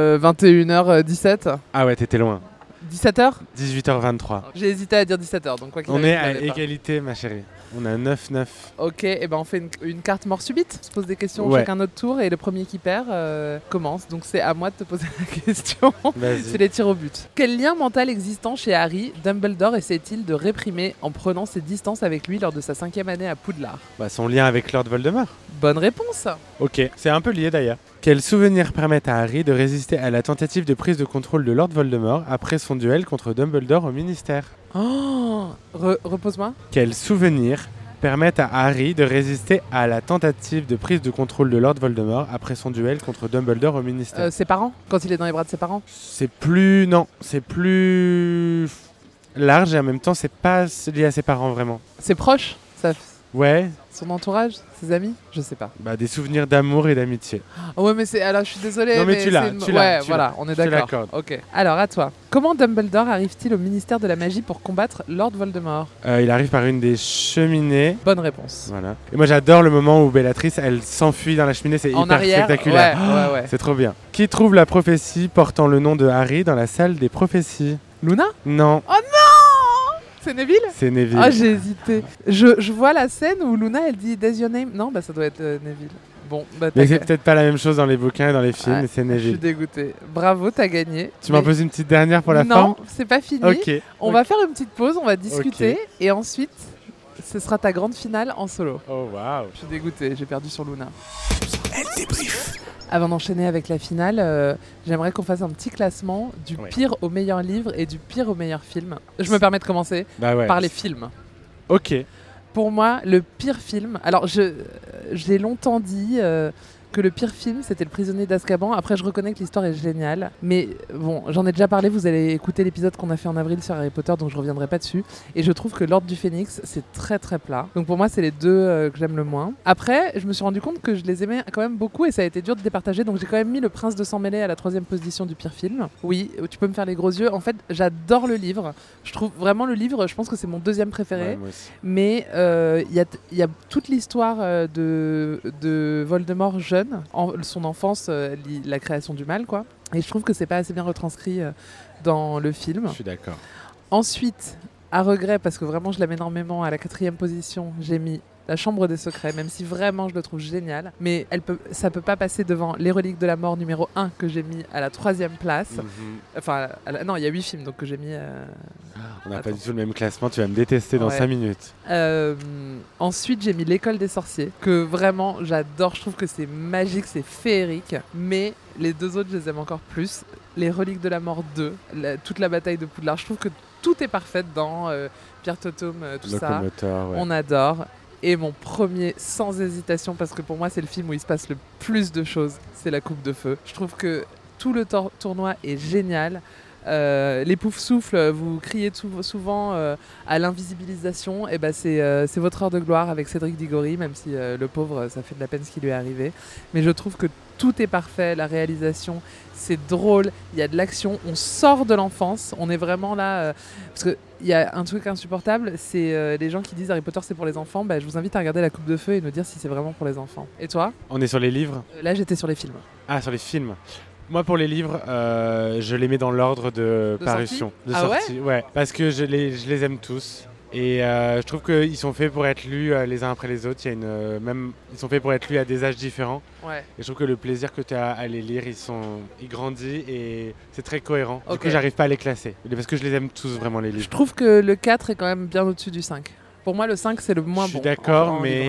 21h17. Ah ouais, t'étais loin. 17h 18h23. J'ai hésité à dire 17h, donc quoi qu'il On arrive, est je à l'avais pas. égalité, ma chérie. On a 9-9. Ok, et ben on fait une carte mort subite. On se pose des questions Ouais. chacun notre tour et le premier qui perd commence. Donc c'est à moi de te poser la question. C'est Vas-y. les tirs au but. Quel lien mental existant chez Harry, Dumbledore essaie-t-il de réprimer en prenant ses distances avec lui lors de sa 5e année à Poudlard? Bah, son lien avec Lord Voldemort. Bonne réponse. Ok, c'est un peu lié d'ailleurs. Quels souvenirs permettent à Harry de résister à la tentative de prise de contrôle de Lord Voldemort après son duel contre Dumbledore au ministère? Oh, repose-moi. Quels souvenirs permettent à Harry de résister à la tentative de prise de contrôle de Lord Voldemort après son duel contre Dumbledore au ministère? Ses parents, quand il est dans les bras de ses parents. C'est plus... Non, c'est plus large et en même temps c'est pas lié à ses parents vraiment. Ses proches, Ouais, son entourage, ses amis, je sais pas. bah des souvenirs d'amour et d'amitié. Oh ouais, mais c'est. Alors, je suis désolée. Non, mais tu l'as, c'est une- tu l'as, Ouais, tu voilà, l'as. on est Je te d'accord. l'accorde. Ok. Alors, à toi. Comment Dumbledore arrive-t-il au ministère de la magie pour combattre Lord Voldemort? Il arrive par une des cheminées. Bonne réponse. Voilà. Et moi j'adore le moment où Bellatrix elle s'enfuit dans la cheminée, c'est En hyper arrière, spectaculaire. ouais. C'est trop bien. Qui trouve la prophétie portant le nom de Harry dans la salle des prophéties? Luna? Non, C'est Neville? c'est Neville. Ah, j'ai hésité. Je vois la scène où Luna, elle dit Does your name? Non, bah ça doit être Neville. Bon, bah Mais t'as c'est ga- peut-être pas la même chose dans les bouquins et dans les films, Ouais, mais c'est Je suis Neville. dégoûtée. Bravo, t'as gagné. Tu m'en Mais- poses une petite dernière pour la Non, c'est pas fini. fin? Ok. On va faire une petite pause, on va discuter et ensuite, ce sera ta grande finale en solo. Oh waouh. Je suis dégoûtée, j'ai perdu sur Luna. Elle débrief. Avant d'enchaîner avec la finale, j'aimerais qu'on fasse un petit classement du Ouais. pire au meilleur livre et du pire au meilleur film. Je me permets de commencer Bah ouais. par les films. Ok. Pour moi, le pire film... Alors, j'ai longtemps dit que le pire film, c'était Le Prisonnier d'Azkaban. Après, je reconnais que l'histoire est géniale. Mais bon, j'en ai déjà parlé. Vous allez écouter l'épisode qu'on a fait en avril sur Harry Potter, donc je reviendrai pas dessus. Et je trouve que L'Ordre du Phénix, c'est très très plat. Donc pour moi, c'est les deux que j'aime le moins. Après, je me suis rendu compte que je les aimais quand même beaucoup et ça a été dur de départager. Donc j'ai quand même mis Le Prince de Sang Mêlé à la 3e position du pire film. Oui, tu peux me faire les gros yeux. En fait, j'adore le livre. Je trouve vraiment le livre, je pense que c'est mon deuxième préféré. Ouais, moi aussi. Mais il y a toute l'histoire de Voldemort jeune, son enfance, la création du mal, quoi. Et je trouve que c'est pas assez bien retranscrit dans le film. Je suis d'accord. Ensuite, à regret, parce que vraiment je l'aime énormément, à la 4e position, j'ai mis La Chambre des Secrets, même si vraiment je le trouve génial. Mais ça peut pas passer devant Les Reliques de la Mort numéro 1 que j'ai mis à la 3e place. Mhm. Enfin, non, il y a 8 films, donc que j'ai mis... On n'a pas Attends. du tout le même classement, tu vas me détester dans Ouais. 5 minutes. Ensuite, j'ai mis L'École des Sorciers, que vraiment j'adore. Je trouve que c'est magique, c'est féerique. Mais les deux autres, je les aime encore plus. Les Reliques de la Mort 2, toute la bataille de Poudlard. Je trouve que tout est parfait dans Pierre Totum, tout ça. Locomoteur, ouais. On adore. Et mon premier, sans hésitation, parce que pour moi, c'est le film où il se passe le plus de choses, c'est La Coupe de Feu. Je trouve que tout le tournoi est génial. Les Poufsouffles, vous criez souvent à l'invisibilisation. Et c'est votre heure de gloire avec Cédric Diggory, même si le pauvre, ça fait de la peine ce qui lui est arrivé. Mais je trouve que tout est parfait, la réalisation, c'est drôle, il y a de l'action, on sort de l'enfance, on est vraiment là... parce qu'il y a un truc insupportable, c'est les gens qui disent Harry Potter c'est pour les enfants. Je vous invite à regarder La Coupe de Feu et nous dire si c'est vraiment pour les enfants. Et toi ? On est sur les livres ? Là j'étais sur les films. Ah, sur les films. Moi, pour les livres, je les mets dans l'ordre de parution. De sortie. Ouais, parce que je les aime tous. Et je trouve qu'ils sont faits pour être lus les uns après les autres. Ils sont faits pour être lus à des âges différents. Ouais. Et je trouve que le plaisir que tu as à les lire, il grandit et c'est très cohérent. Okay. Du coup, j'arrive pas à les classer. Parce que je les aime tous vraiment, les livres. Je trouve que le 4 est quand même bien au-dessus du 5. Pour moi, le 5, c'est le moins bon. Je suis d'accord, mais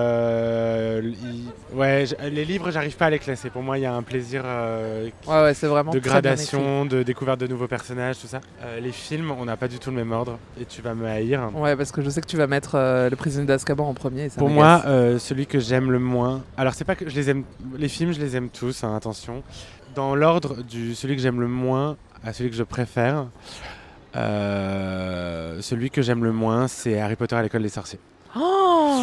les livres, j'arrive pas à les classer. Pour moi, il y a un plaisir c'est vraiment de gradation, de découverte de nouveaux personnages, tout ça. Les films, on n'a pas du tout le même ordre et tu vas me haïr. Ouais, parce que je sais que tu vas mettre Le Prisonnier d'Azkaban en premier. Et ça pour moi, celui que j'aime le moins... Alors, c'est pas que je les aime... Les films, je les aime tous, hein, attention. Dans l'ordre celui que j'aime le moins à celui que je préfère... celui que j'aime le moins, c'est Harry Potter à l'école des sorciers. Oh !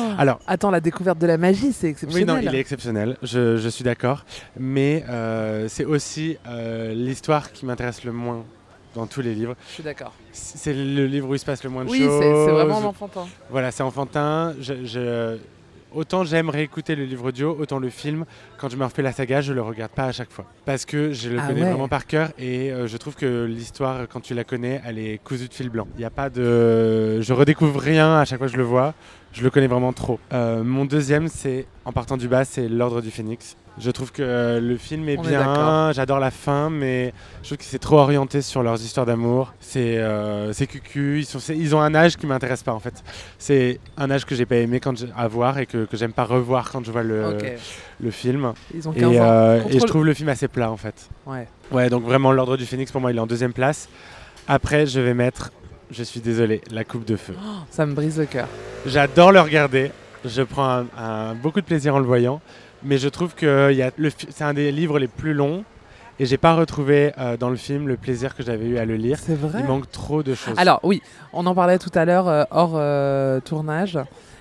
Alors, attends, la découverte de la magie, c'est exceptionnel. Oui, non, il est exceptionnel, je suis d'accord. Mais c'est aussi l'histoire qui m'intéresse le moins dans tous les livres. Je suis d'accord. C'est le livre où il se passe le moins de choses. Oui, c'est vraiment enfantin. Voilà, c'est enfantin. Autant j'aime réécouter le livre audio, autant le film, quand je me refais la saga, je le regarde pas à chaque fois. Parce que je le connais vraiment par cœur et je trouve que l'histoire, quand tu la connais, elle est cousue de fil blanc. Il y a pas de... Je redécouvre rien à chaque fois que je le vois, je le connais vraiment trop. Mon deuxième, c'est, en partant du bas, c'est L'Ordre du Phénix. Je trouve que le film est bien, j'adore la fin, mais je trouve que c'est trop orienté sur leurs histoires d'amour. C'est cucu, ils ont un âge qui m'intéresse pas en fait. C'est un âge que j'ai pas aimé à voir et que j'aime pas revoir quand je vois le film. Ils ont 15 ans. Et je trouve le film assez plat en fait. Ouais, donc vraiment L'Ordre du Phénix pour moi il est en deuxième place. Après je vais mettre, je suis désolé, La Coupe de Feu. Oh, ça me brise le cœur. J'adore le regarder, je prends beaucoup de plaisir en le voyant. Mais je trouve que c'est un des livres les plus longs et j'ai pas retrouvé dans le film le plaisir que j'avais eu à le lire. C'est vrai. Il manque trop de choses. Alors oui, on en parlait tout à l'heure hors tournage.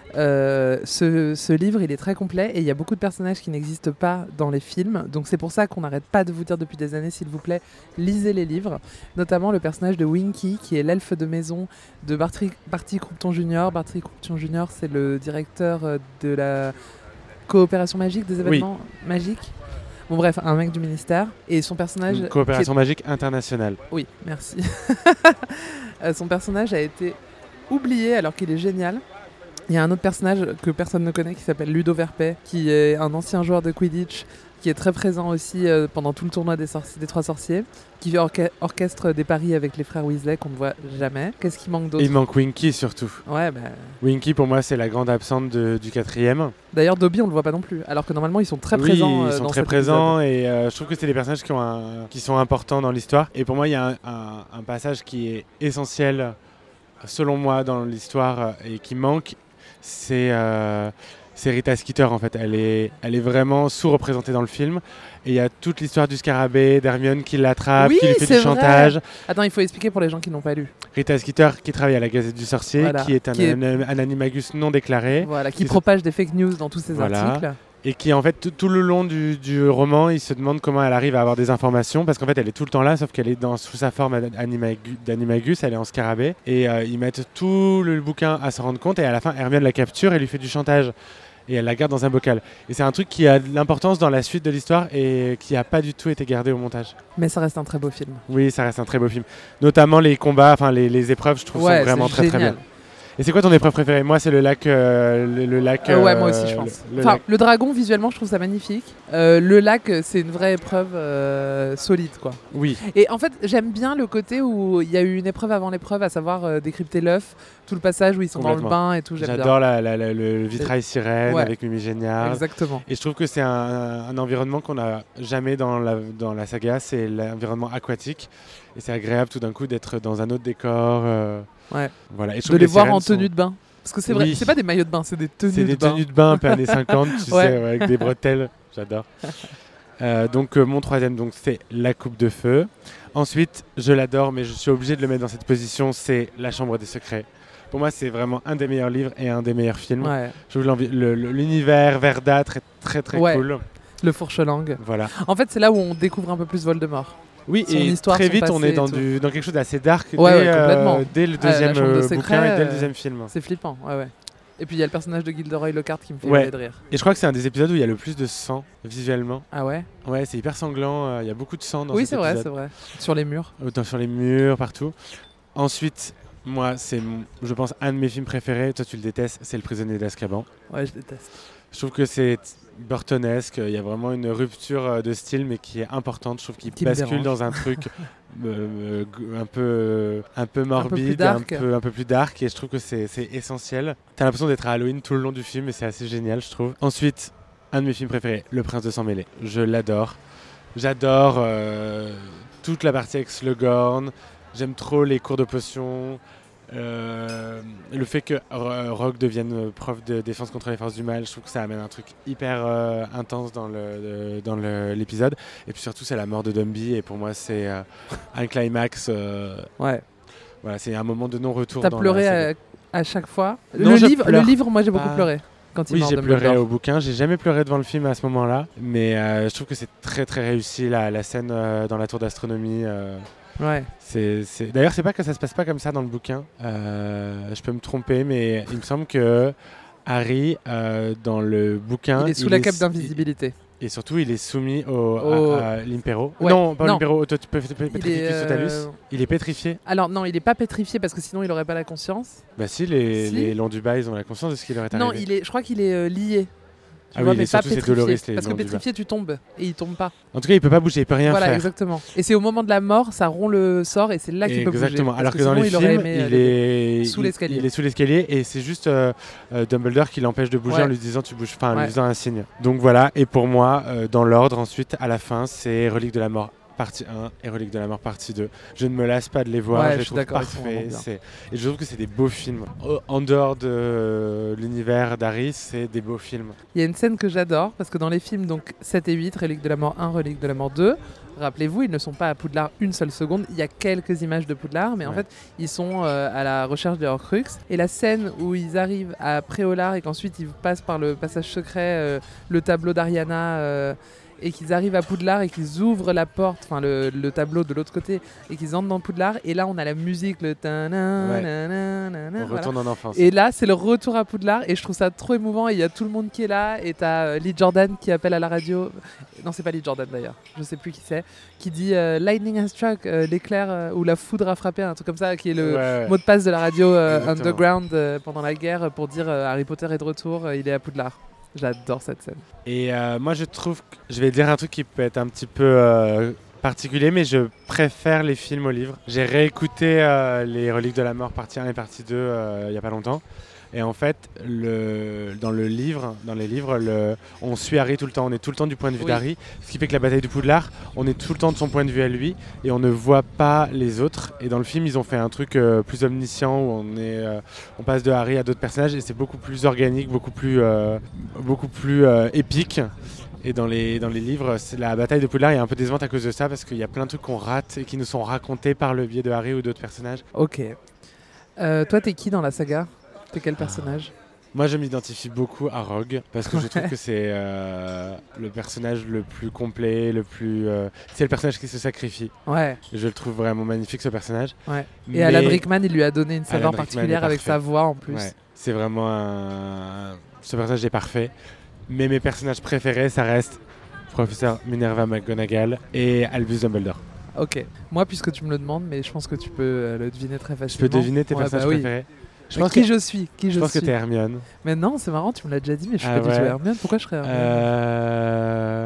Ce livre, il est très complet et il y a beaucoup de personnages qui n'existent pas dans les films. Donc c'est pour ça qu'on n'arrête pas de vous dire depuis des années, s'il vous plaît, lisez les livres. Notamment le personnage de Winky, qui est l'elfe de maison de Barty Croupton Jr. Barty Croupton Jr., c'est le directeur de la coopération magique, des événements magiques. Bon bref, un mec du ministère. Et son personnage... Une coopération magique internationale. Oui, merci. Son personnage a été oublié alors qu'il est génial. Il y a un autre personnage que personne ne connaît qui s'appelle Ludo Verpet, qui est un ancien joueur de Quidditch, qui est très présent aussi pendant tout le tournoi des Trois Sorciers, qui orchestre des paris avec les frères Weasley qu'on ne voit jamais. Qu'est-ce qui manque d'autre ? Il manque Winky surtout. Ouais, Winky pour moi c'est la grande absente du 4e. D'ailleurs Dobby on le voit pas non plus, alors que normalement ils sont très présents. Ils sont très présents et je trouve que c'est des personnages qui sont importants dans l'histoire. Et pour moi il y a un passage qui est essentiel selon moi dans l'histoire et qui manque, c'est Rita Skeeter en fait. Elle est vraiment sous-représentée dans le film. Et il y a toute l'histoire du scarabée, d'Hermione qui l'attrape, qui lui fait du chantage. Attends, il faut expliquer pour les gens qui n'ont pas lu. Rita Skeeter qui travaille à la Gazette du Sorcier, qui est un animagus non déclaré. Voilà, qui propage des fake news dans tous ses articles. Et qui en fait tout le long du roman, il se demande comment elle arrive à avoir des informations parce qu'en fait elle est tout le temps là, sauf qu'elle est sous sa forme d'animagus, elle est en scarabée et ils mettent tout le bouquin à se rendre compte et à la fin Hermione la capture et lui fait du chantage et elle la garde dans un bocal. Et c'est un truc qui a de l'importance dans la suite de l'histoire et qui n'a pas du tout été gardé au montage. Mais ça reste un très beau film. Oui, ça reste un très beau film. Notamment les combats, enfin les épreuves, je trouve sont vraiment très très bien. Et c'est quoi ton épreuve préférée ? Moi, c'est le lac. Ouais, moi aussi, je pense. Le dragon, visuellement, je trouve ça magnifique. Le lac, c'est une vraie épreuve solide, quoi. Oui. Et en fait, j'aime bien le côté où il y a eu une épreuve avant l'épreuve, à savoir décrypter l'œuf, tout le passage où ils sont dans le bain et tout. J'adore le vitrail sirène avec Mimi Géniard. Exactement. Et je trouve que c'est un environnement qu'on n'a jamais dans la saga, c'est l'environnement aquatique. Et c'est agréable tout d'un coup d'être dans un autre décor. Ouais. Voilà. Et de les voir en tenue de bain. Parce que c'est vrai, c'est pas des maillots de bain, c'est des tenues de bain. C'est des tenues de bain un peu années 50, tu sais, avec des bretelles. J'adore. Donc mon troisième, c'est La Coupe de Feu. Ensuite, je l'adore, mais je suis obligé de le mettre dans cette position, c'est La Chambre des Secrets. Pour moi, c'est vraiment un des meilleurs livres et un des meilleurs films. Ouais. Je trouve l'univers verdâtre est très très cool. Le fourche-langue. Voilà. En fait, c'est là où on découvre un peu plus Voldemort. Oui, Son et histoire, très son vite, on est passé dans quelque chose d'assez dark complètement. dès le La deuxième Chambre des bouquin Secrets, et dès le deuxième film. C'est flippant, ouais. Et puis il y a le personnage de Gilderoy Lockhart qui me fait Ouais. de rire. Et je crois que c'est un des épisodes où il y a le plus de sang visuellement. Ah ouais? Ouais, c'est hyper sanglant, il y a beaucoup de sang dans Oui, cet c'est épisode. vrai. Sur les murs. Sur les murs, partout. Ensuite, moi, c'est, je pense, un de mes films préférés. Toi, tu le détestes, c'est Le Prisonnier d'Azkaban. Ouais, je déteste. Je trouve que c'est burtonesque. Il y a vraiment une rupture de style, mais qui est importante. Je trouve qu'il bascule dans un truc un peu morbide, un peu plus dark. Et je trouve que c'est essentiel. T'as l'impression d'être à Halloween tout le long du film, et c'est assez génial, je trouve. Ensuite, un de mes films préférés, Le Prince de Sang Mêlé. Je l'adore. J'adore toute la partie avec Slughorn. J'aime trop les cours de potions. Le fait que Rogue devienne prof de défense contre les forces du mal, je trouve que ça amène un truc hyper intense dans l'épisode. Et puis surtout, c'est la mort de Dumby, et pour moi, c'est un climax. Ouais. Voilà, c'est un moment de non-retour. T'as pleuré à chaque fois? Non, le livre, moi, j'ai beaucoup pleuré. Quand il oui, meurt, j'ai Dumbledore. pleuré au bouquin. J'ai jamais pleuré devant le film à ce moment-là, mais je trouve que c'est très très réussi la scène dans la tour d'astronomie. Ouais. D'ailleurs, c'est pas que ça se passe pas comme ça dans le bouquin. Je peux me tromper, mais il me semble que Harry, dans le bouquin, il est sous la cape d'invisibilité. Et surtout, il est soumis à l'Impero. Ouais, non, pas non. l'Impero, Petrificus Totalus. Il est pétrifié. Alors non, il est pas pétrifié parce que sinon il aurait pas la conscience. Bah si, les Londubat, ils ont la conscience de ce qui leur est arrivé. Non, je crois qu'il est lié. Tu vois, mais surtout, c'est Doloris, les parce que Londubat. pétrifié, tu tombes et il tombe pas. En tout cas, il peut pas bouger, il peut rien faire. Voilà, exactement. Et c'est au moment de la mort, ça rompt le sort et c'est là qu'il peut bouger. Exactement. Alors que dans les films, il est sous l'escalier. Il est sous l'escalier et c'est juste Dumbledore qui l'empêche de bouger en lui disant tu bouges, lui faisant un signe. Donc voilà. Et pour moi, dans l'ordre, ensuite, à la fin, c'est Reliques de la Mort partie 1 et Reliques de la Mort partie 2. Je ne me lasse pas de les voir, je les trouve parfaits. Et je trouve que c'est des beaux films. En dehors de l'univers d'Harry, c'est des beaux films. Il y a une scène que j'adore, parce que dans les films donc 7 et 8, Reliques de la Mort 1, Reliques de la Mort 2, rappelez-vous, ils ne sont pas à Poudlard une seule seconde. Il y a quelques images de Poudlard, mais en fait, ils sont à la recherche des Horcruxes. Et la scène où ils arrivent à Préolard et qu'ensuite ils passent par le passage secret, le tableau d'Ariana... et qu'ils arrivent à Poudlard et qu'ils ouvrent la porte, enfin le tableau de l'autre côté, et qu'ils entrent dans Poudlard, et là on a la musique, le on retourne en enfance. Et là c'est le retour à Poudlard, et je trouve ça trop émouvant, et il y a tout le monde qui est là, et t'as Lee Jordan qui appelle à la radio, non c'est pas Lee Jordan d'ailleurs, je sais plus qui c'est, qui dit Lightning has struck, l'éclair ou la foudre a frappé, un truc comme ça, qui est le mot de passe de la radio underground pendant la guerre pour dire Harry Potter est de retour, il est à Poudlard. J'adore cette scène. Et moi, je trouve que je vais dire un truc qui peut être un petit peu particulier, mais je préfère les films aux livres. J'ai réécouté les Reliques de la Mort partie 1 et partie 2 il n'y a pas longtemps. Et en fait, dans les livres, on suit Harry tout le temps. On est tout le temps du point de vue d'Harry. Ce qui fait que la bataille de Poudlard, on est tout le temps de son point de vue à lui. Et on ne voit pas les autres. Et dans le film, ils ont fait un truc plus omniscient où on passe de Harry à d'autres personnages. Et c'est beaucoup plus organique, beaucoup plus épique. Et dans les livres, la bataille de Poudlard est un peu décevante à cause de ça. Parce qu'il y a plein de trucs qu'on rate et qui nous sont racontés par le biais de Harry ou d'autres personnages. Ok. Toi, t'es qui dans la saga ? T'es quel personnage ? Moi, je m'identifie beaucoup à Rogue parce que je trouve que c'est le personnage le plus complet, c'est le personnage qui se sacrifie. Ouais. Je le trouve vraiment magnifique, ce personnage. Ouais. Et Alan Rickman, il lui a donné une saveur particulière avec sa voix en plus. Ouais. C'est vraiment ce personnage est parfait. Mais mes personnages préférés, ça reste Professeur Minerva McGonagall et Albus Dumbledore. Ok. Moi, puisque tu me le demandes, mais je pense que tu peux le deviner très facilement. Je peux deviner tes personnages préférés. Je pense que t'es Hermione. Mais non, c'est marrant, tu me l'as déjà dit, mais je suis pas du tout Hermione. Pourquoi je serais Hermione ?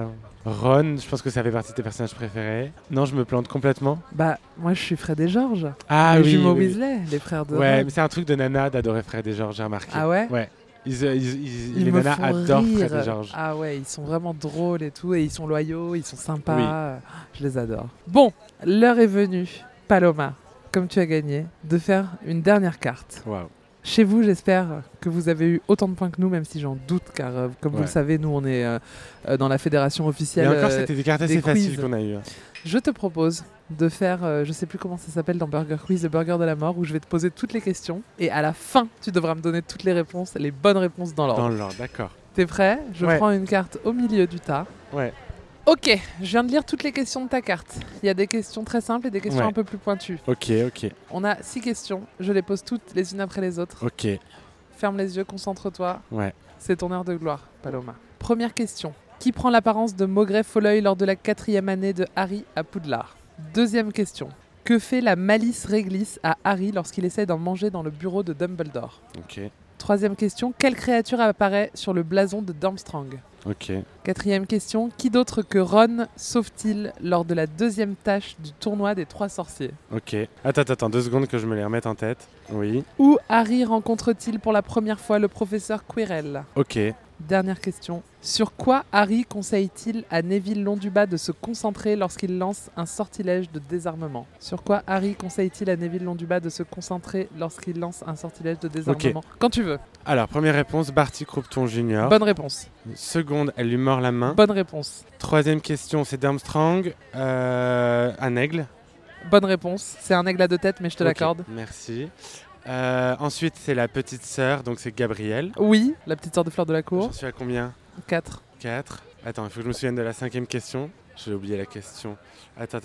Ron, je pense que ça fait partie de tes personnages préférés. Non, je me plante complètement. Bah, moi je suis Fred et George. Ah les jumeaux Weasley, les frères de Ouais, mais c'est un truc de nana d'adorer Fred et George, j'ai remarqué. Ah ouais ? Ouais. Les nanas adorent Fred et George. Ah ouais, ils sont vraiment drôles et tout, et ils sont loyaux, ils sont sympas. Oui. Je les adore. Bon, l'heure est venue, Paloma, comme tu as gagné, de faire une dernière carte. Waouh. Chez vous, j'espère que vous avez eu autant de points que nous, même si j'en doute, car comme vous le savez, nous, on est dans la fédération officielle. Et encore, c'était des cartes assez faciles qu'on a eues. Je te propose de faire, je sais plus comment ça s'appelle dans Burger Quiz, le burger de la mort, où je vais te poser toutes les questions, et à la fin, tu devras me donner toutes les réponses, les bonnes réponses dans l'ordre. Dans l'ordre, d'accord. T'es prêt ? Je prends une carte au milieu du tas. Ouais. Ok, je viens de lire toutes les questions de ta carte. Il y a des questions très simples et des questions un peu plus pointues. Ok. On a 6 questions, je les pose toutes les unes après les autres. Ok. Ferme les yeux, concentre-toi. Ouais. C'est ton heure de gloire, Paloma. Première question. Qui prend l'apparence de Maugrey Folleuil lors de la 4e année de Harry à Poudlard ? Deuxième question. Que fait la malice réglisse à Harry lorsqu'il essaie d'en manger dans le bureau de Dumbledore ? Ok. Troisième question. Quelle créature apparaît sur le blason de Durmstrang ? Ok. Quatrième question. Qui d'autre que Ron sauve-t-il lors de la 2e tâche du tournoi des 3 sorciers ? Ok. Attends, 2 secondes que je me les remette en tête. Oui. Où Harry rencontre-t-il pour la première fois le professeur Quirrell ? Ok. Dernière question. Sur quoi Harry conseille-t-il à Neville Londubat de se concentrer lorsqu'il lance un sortilège de désarmement ? Sur quoi Harry conseille-t-il à Neville Londubat de se concentrer lorsqu'il lance un sortilège de désarmement ? Quand tu veux. Alors, première réponse, Barty Croupton Jr. Bonne réponse. Seconde, elle lui mord la main. Bonne réponse. Troisième question, c'est Durmstrang, un aigle. Bonne réponse. C'est un aigle à 2 têtes, mais je te l'accorde. Merci. Ensuite, c'est la petite sœur, donc c'est Gabrielle. Oui, la petite sœur de Fleur de la Cour. J'en suis à combien ? 4. 4. Attends, il faut que je me souvienne de la 5e question. J'ai oublié la question. Attends.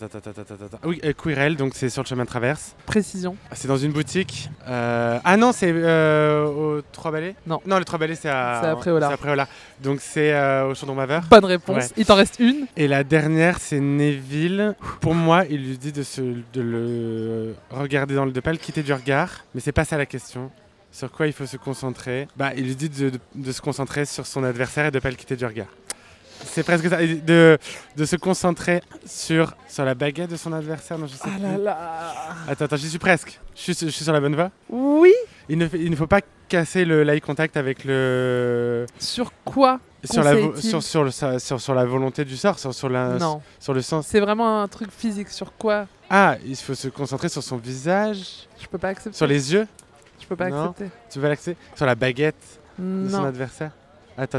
Oui, Quirrell, donc c'est sur le chemin de traverse. Précision. C'est dans une boutique. Ah non, c'est aux 3 balais ? Non, le 3 balais, c'est à Préolard. Donc c'est au Chandon-Maveur. Bonne réponse. Ouais. Il t'en reste une. Et la dernière, c'est Neville. Pour moi, il lui dit de le regarder dans le de pas le quitter du regard. Mais c'est pas ça la question. Sur quoi il faut se concentrer ? Il lui dit de se concentrer sur son adversaire et de pas le quitter du regard. C'est presque ça, de se concentrer sur la baguette de son adversaire. Non, je sais plus. Là là. Attends, j'y suis presque. Je suis sur la bonne voie ? Oui. Il ne faut pas casser l'eye contact avec le... Sur quoi ? Sur la volonté du sort, sur le sens. C'est vraiment un truc physique. Sur quoi ? Ah, il faut se concentrer sur son visage. Je peux pas accepter. Sur les yeux. Je peux pas accepter. Tu veux l'accepter ? Sur la baguette de son Non. adversaire. Attends.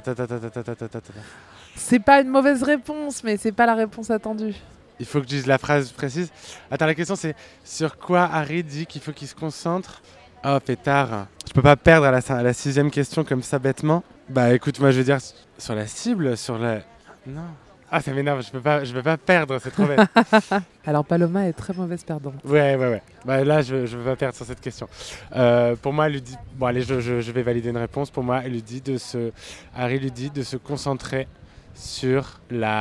C'est pas une mauvaise réponse, mais c'est pas la réponse attendue. Il faut que je dise la phrase précise. Attends, la question c'est sur quoi Harry dit qu'il faut qu'il se concentre ? Oh pétard. Je peux pas perdre à la 6e question comme ça bêtement. Bah écoute, moi je veux dire sur la cible, sur la... Non. Ah ça m'énerve, je peux pas perdre, c'est trop bête. Alors Paloma est très mauvaise perdante. Ouais. Bah là je veux pas perdre sur cette question. Pour moi elle lui dit... Bon allez, je vais valider une réponse. Pour moi, Harry lui dit de se concentrer sur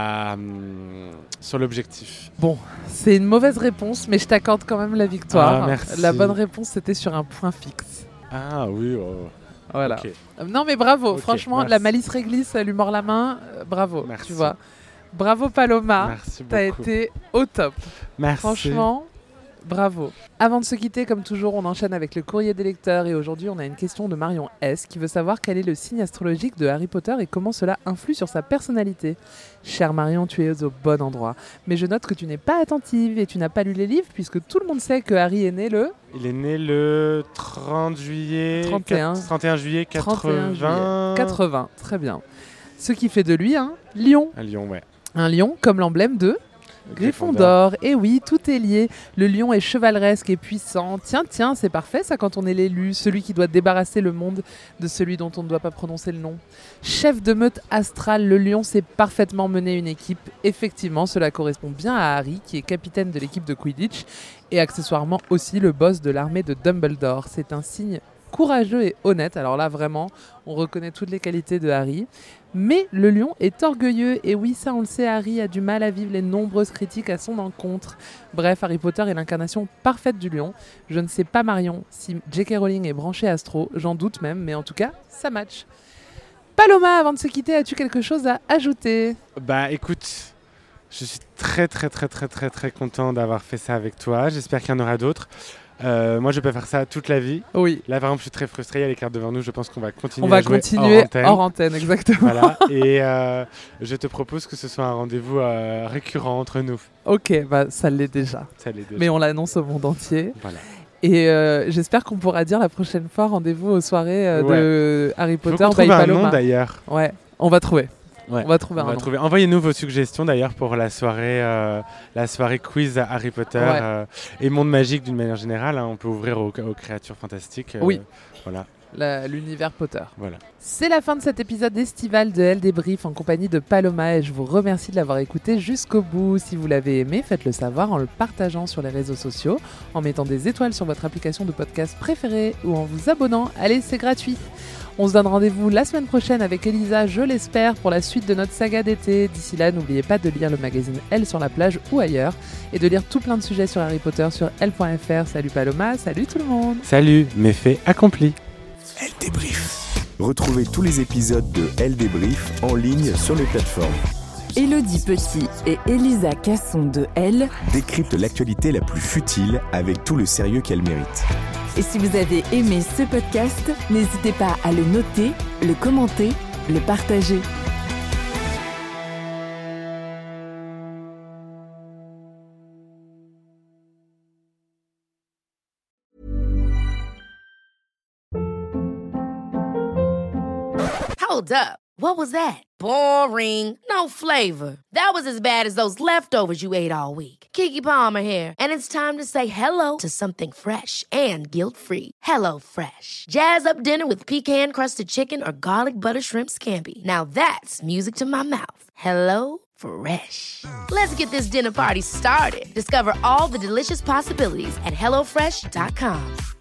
l'objectif. Bon, c'est une mauvaise réponse, mais je t'accorde quand même la victoire. Ah, merci. La bonne réponse, c'était sur un point fixe. Ah oui, Voilà. Okay. Non mais bravo, Okay, franchement, merci. la malice réglisse, elle lui mord la main, bravo, Merci. tu vois. Bravo Paloma, Merci beaucoup. t'as été au top. Merci. Franchement, bravo. Avant de se quitter, comme toujours, on enchaîne avec le courrier des lecteurs et aujourd'hui, on a une question de Marion S qui veut savoir quel est le signe astrologique de Harry Potter et comment cela influe sur sa personnalité. Chère Marion, tu es au bon endroit. Mais je note que tu n'es pas attentive et tu n'as pas lu les livres puisque tout le monde sait que Harry est né le... Il est né le 30 juillet... 31 juillet 80. 80, très bien. Ce qui fait de lui un lion. Un lion, ouais. Un lion comme l'emblème de... Gryffondor. Et oui, tout est lié. Le lion est chevaleresque et puissant. Tiens, c'est parfait ça quand on est l'élu, celui qui doit débarrasser le monde de celui dont on ne doit pas prononcer le nom. Chef de meute astral, le lion sait parfaitement mener une équipe. Effectivement, cela correspond bien à Harry, qui est capitaine de l'équipe de Quidditch et accessoirement aussi le boss de l'armée de Dumbledore. C'est un signe courageux et honnête. Alors là, vraiment, on reconnaît toutes les qualités de Harry. Mais le lion est orgueilleux. Et oui, ça, on le sait, Harry a du mal à vivre les nombreuses critiques à son encontre. Bref, Harry Potter est l'incarnation parfaite du lion. Je ne sais pas, Marion, si J.K. Rowling est branchée astro. J'en doute même, mais en tout cas, ça match. Paloma, avant de se quitter, as-tu quelque chose à ajouter ? Bah écoute, je suis très content d'avoir fait ça avec toi. J'espère qu'il y en aura d'autres. Moi, je peux faire ça toute la vie. Oui. Là, par exemple, je suis très frustré. Il y a les cartes devant nous. Je pense qu'on va continuer. Hors antenne, exactement. Voilà. Et je te propose que ce soit un rendez-vous récurrent entre nous. Ok, bah ça l'est déjà. Ça l'est déjà. Mais on l'annonce au monde entier. Voilà. Et j'espère qu'on pourra dire la prochaine fois rendez-vous aux soirées de Harry Potter by Paloma. Paloma. Un nom d'ailleurs. Ouais, on va trouver. Ouais. On va trouver un nom. Envoyez-nous vos suggestions d'ailleurs pour la soirée quiz à Harry Potter et monde magique d'une manière générale. On peut ouvrir aux créatures fantastiques. Oui. Voilà. L'univers Potter. Voilà. C'est la fin de cet épisode estival de Elle Débrief en compagnie de Paloma et je vous remercie de l'avoir écouté jusqu'au bout. Si vous l'avez aimé, faites-le savoir en le partageant sur les réseaux sociaux, en mettant des étoiles sur votre application de podcast préférée ou en vous abonnant. Allez, c'est gratuit. On se donne rendez-vous la semaine prochaine avec Elisa, je l'espère, pour la suite de notre saga d'été. D'ici là, n'oubliez pas de lire le magazine Elle sur la plage ou ailleurs et de lire tout plein de sujets sur Harry Potter sur Elle.fr. Salut Paloma, salut tout le monde. Salut, méfait accompli. Elle débrief. Retrouvez tous les épisodes de Elle débrief en ligne sur les plateformes. Élodie Petit et Elisa Casson de Elle décryptent l'actualité la plus futile avec tout le sérieux qu'elle mérite. Et si vous avez aimé ce podcast, n'hésitez pas à le noter, le commenter, le partager. Hold up. What was that? Boring. No flavor. That was as bad as those leftovers you ate all week. Keke Palmer here, and it's time to say hello to something fresh and guilt-free. Hello Fresh. Jazz up dinner with pecan-crusted chicken or garlic butter shrimp scampi. Now that's music to my mouth. Hello Fresh. Let's get this dinner party started. Discover all the delicious possibilities at HelloFresh.com.